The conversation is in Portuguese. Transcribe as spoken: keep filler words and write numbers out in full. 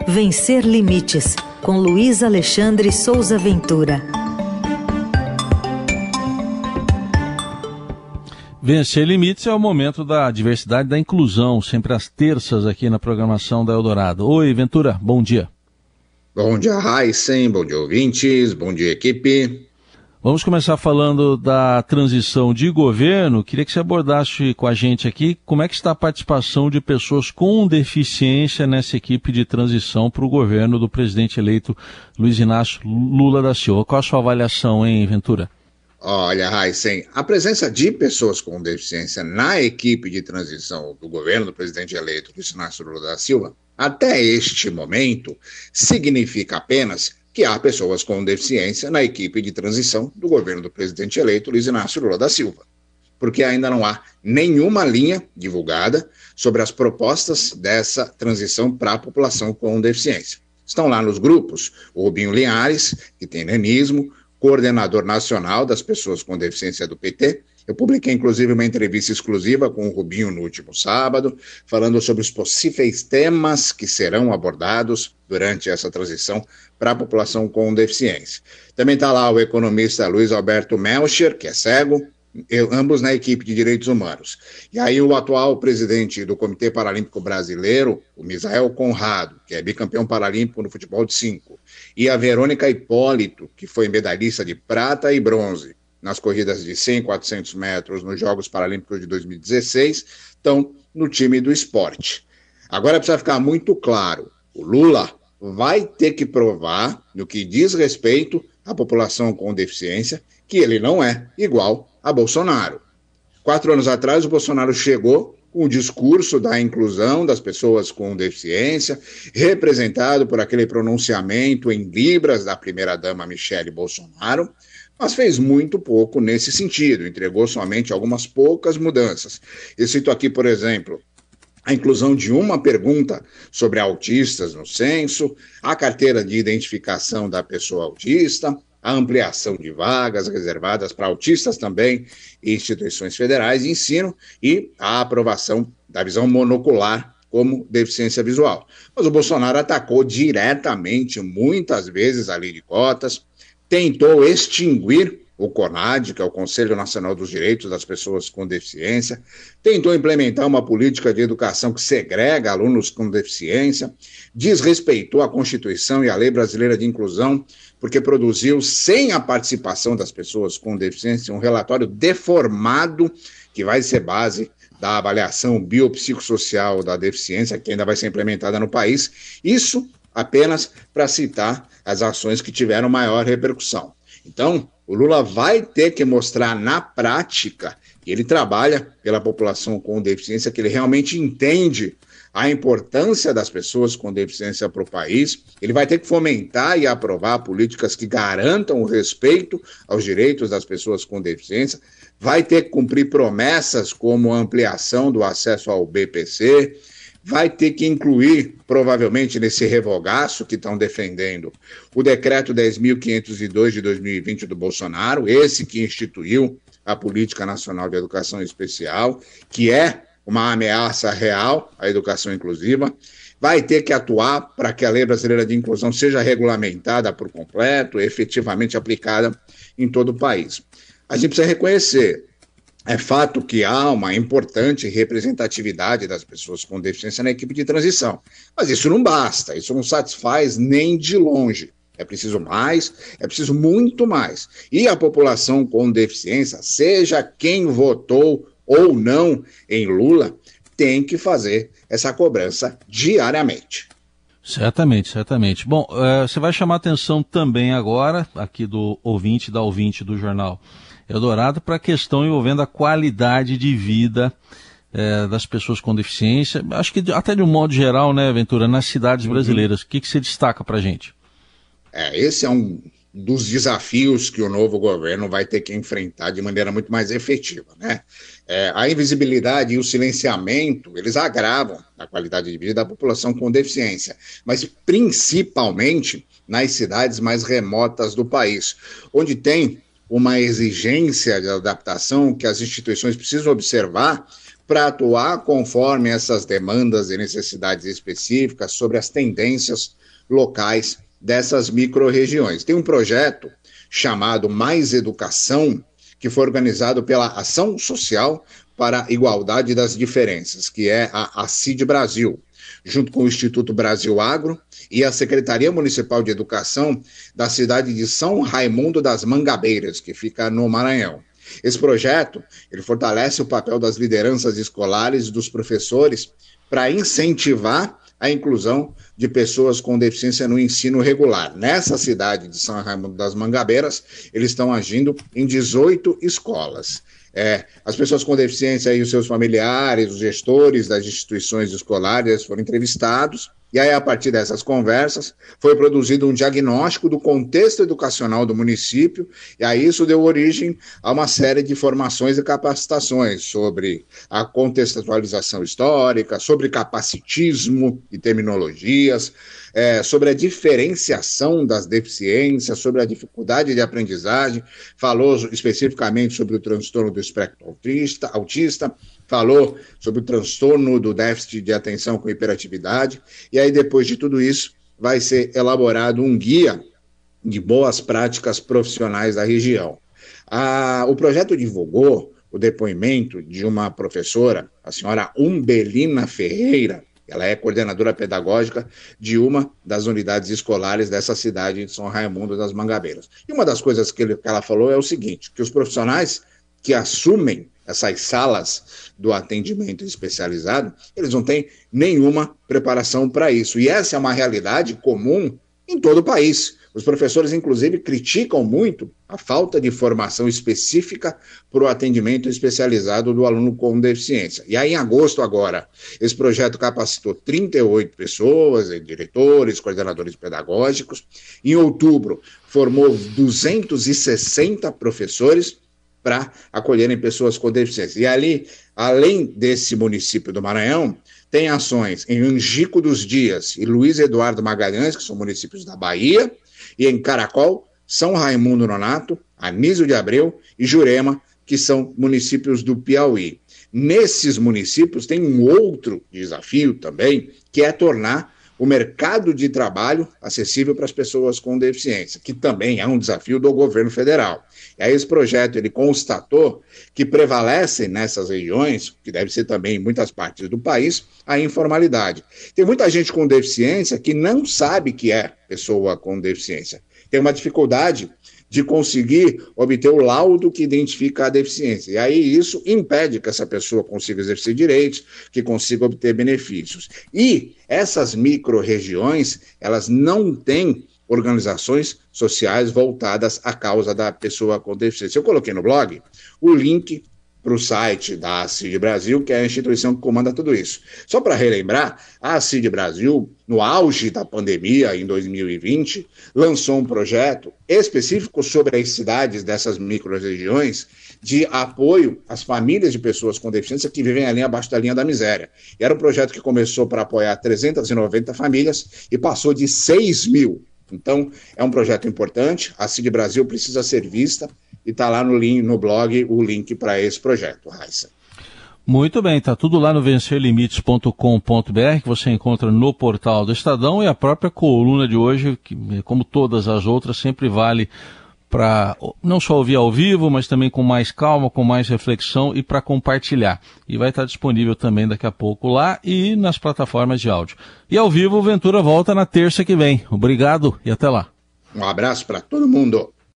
Vencer Limites, com Luiz Alexandre Souza Ventura. Vencer Limites é o momento da diversidade e da inclusão, sempre às terças aqui na programação da Eldorado. Oi, Ventura, bom dia. Bom dia, Raíssen, bom dia, ouvintes, bom dia, equipe. Vamos começar falando da transição de governo. Queria que você abordasse com a gente aqui como é que está a participação de pessoas com deficiência nessa equipe de transição para o governo do presidente eleito Luiz Inácio Lula da Silva. Qual a sua avaliação, hein, Ventura? Olha, Raíssen, a presença de pessoas com deficiência na equipe de transição do governo do presidente eleito Luiz Inácio Lula da Silva, até este momento, significa apenas que há pessoas com deficiência na equipe de transição do governo do presidente eleito Luiz Inácio Lula da Silva, porque ainda não há nenhuma linha divulgada sobre as propostas dessa transição para a população com deficiência. Estão lá nos grupos o Rubinho Linhares, que tem nanismo, coordenador nacional das pessoas com deficiência do P T. Eu publiquei, inclusive, uma entrevista exclusiva com o Rubinho no último sábado, falando sobre os possíveis temas que serão abordados durante essa transição para a população com deficiência. Também está lá o economista Luiz Alberto Melcher, que é cego, eu, ambos na equipe de direitos humanos. E aí o atual presidente do Comitê Paralímpico Brasileiro, o Misael Conrado, que é bicampeão paralímpico no futebol de cinco, e a Verônica Hipólito, que foi medalhista de prata e bronze nas corridas de cem e quatrocentos metros nos Jogos Paralímpicos de dois mil e dezesseis, estão no time do esporte. Agora precisa ficar muito claro, o Lula vai ter que provar, no que diz respeito à população com deficiência, que ele não é igual a Bolsonaro. Quatro anos atrás, o Bolsonaro chegou com o discurso da inclusão das pessoas com deficiência, representado por aquele pronunciamento em libras da primeira-dama Michele Bolsonaro, mas fez muito pouco nesse sentido, entregou somente algumas poucas mudanças. Eu cito aqui, por exemplo, a inclusão de uma pergunta sobre autistas no censo, a carteira de identificação da pessoa autista, a ampliação de vagas reservadas para autistas também em instituições federais de ensino e a aprovação da visão monocular como deficiência visual. Mas o Bolsonaro atacou diretamente, muitas vezes, a lei de cotas, tentou extinguir o CONAD, que é o Conselho Nacional dos Direitos das Pessoas com Deficiência, tentou implementar uma política de educação que segrega alunos com deficiência, desrespeitou a Constituição e a Lei Brasileira de Inclusão, porque produziu, sem a participação das pessoas com deficiência, um relatório deformado que vai ser base da avaliação biopsicossocial da deficiência, que ainda vai ser implementada no país. Isso apenas para citar as ações que tiveram maior repercussão. Então, o Lula vai ter que mostrar na prática que ele trabalha pela população com deficiência, que ele realmente entende a importância das pessoas com deficiência para o país. Ele vai ter que fomentar e aprovar políticas que garantam o respeito aos direitos das pessoas com deficiência, vai ter que cumprir promessas como a ampliação do acesso ao B P C, vai ter que incluir, provavelmente nesse revogaço que estão defendendo, o decreto dez mil quinhentos e dois de dois mil e vinte do Bolsonaro, esse que instituiu a Política Nacional de Educação Especial, que é uma ameaça real à educação inclusiva, vai ter que atuar para que a Lei Brasileira de Inclusão seja regulamentada por completo, efetivamente aplicada em todo o país. A gente precisa reconhecer, é fato que há uma importante representatividade das pessoas com deficiência na equipe de transição, mas isso não basta, isso não satisfaz nem de longe. É preciso mais, é preciso muito mais. E a população com deficiência, seja quem votou ou não em Lula, tem que fazer essa cobrança diariamente. Certamente, certamente. Bom, uh, você vai chamar atenção também agora, aqui do ouvinte, da ouvinte do Jornal Eldorado, para a questão envolvendo a qualidade de vida uh, das pessoas com deficiência. Acho que até de um modo geral, né, Ventura, nas cidades brasileiras. Uhum. O que, que você destaca para a gente? É, esse é um dos desafios que o novo governo vai ter que enfrentar de maneira muito mais efetiva, né? É, a invisibilidade e o silenciamento, eles agravam a qualidade de vida da população com deficiência, mas principalmente nas cidades mais remotas do país, onde tem uma exigência de adaptação que as instituições precisam observar para atuar conforme essas demandas e necessidades específicas sobre as tendências locais dessas micro-regiões. Tem um projeto chamado Mais Educação, que foi organizado pela Ação Social para a Igualdade das Diferenças, que é a ACID Brasil, junto com o Instituto Brasil Agro e a Secretaria Municipal de Educação da cidade de São Raimundo das Mangabeiras, que fica no Maranhão. Esse projeto, ele fortalece o papel das lideranças escolares e dos professores para incentivar a inclusão de pessoas com deficiência no ensino regular. Nessa cidade de São Raimundo das Mangabeiras, eles estão agindo em dezoito escolas. É, as pessoas com deficiência e os seus familiares, os gestores das instituições escolares foram entrevistados, e aí, a partir dessas conversas, foi produzido um diagnóstico do contexto educacional do município, e aí isso deu origem a uma série de formações e capacitações sobre a contextualização histórica, sobre capacitismo e terminologias, é, sobre a diferenciação das deficiências, sobre a dificuldade de aprendizagem, falou especificamente sobre o transtorno do espectro autista, autista falou sobre o transtorno do déficit de atenção com hiperatividade, e aí depois de tudo isso vai ser elaborado um guia de boas práticas profissionais da região. Ah, o projeto divulgou o depoimento de uma professora, a senhora Umbelina Ferreira, ela é coordenadora pedagógica de uma das unidades escolares dessa cidade de São Raimundo das Mangabeiras. E uma das coisas que, ele, que ela falou é o seguinte, que os profissionais que assumem essas salas do atendimento especializado, eles não têm nenhuma preparação para isso. E essa é uma realidade comum em todo o país. Os professores, inclusive, criticam muito a falta de formação específica para o atendimento especializado do aluno com deficiência. E aí, em agosto agora, esse projeto capacitou trinta e oito pessoas, diretores, coordenadores pedagógicos. Em outubro, formou duzentos e sessenta professores para acolherem pessoas com deficiência. E ali, além desse município do Maranhão, tem ações em Angico dos Dias e Luiz Eduardo Magalhães, que são municípios da Bahia, e em Caracol, São Raimundo Nonato, Anísio de Abreu e Jurema, que são municípios do Piauí. Nesses municípios tem um outro desafio também, que é tornar o mercado de trabalho acessível para as pessoas com deficiência, que também é um desafio do governo federal. E aí esse projeto ele constatou que prevalece nessas regiões, que deve ser também em muitas partes do país, a informalidade. Tem muita gente com deficiência que não sabe que é pessoa com deficiência. Tem uma dificuldade de conseguir obter o laudo que identifica a deficiência. E aí isso impede que essa pessoa consiga exercer direitos, que consiga obter benefícios. E essas micro-regiões, elas não têm organizações sociais voltadas à causa da pessoa com deficiência. Eu coloquei no blog o link para o site da ACID Brasil, que é a instituição que comanda tudo isso. Só para relembrar, a ACID Brasil, no auge da pandemia, em dois mil e vinte, lançou um projeto específico sobre as cidades dessas micro-regiões de apoio às famílias de pessoas com deficiência que vivem ali abaixo da linha da miséria. E era um projeto que começou para apoiar trezentas e noventa famílias e passou de seis mil. Então, é um projeto importante, a ACID Brasil precisa ser vista, e está lá no, link, no blog o link para esse projeto, Raíssa. Muito bem, está tudo lá no vencer limites ponto com ponto b r, que você encontra no portal do Estadão, e a própria coluna de hoje, que, como todas as outras, sempre vale para não só ouvir ao vivo, mas também com mais calma, com mais reflexão e para compartilhar. E vai estar disponível também daqui a pouco lá e nas plataformas de áudio. E ao vivo, o Ventura volta na terça que vem. Obrigado e até lá. Um abraço para todo mundo.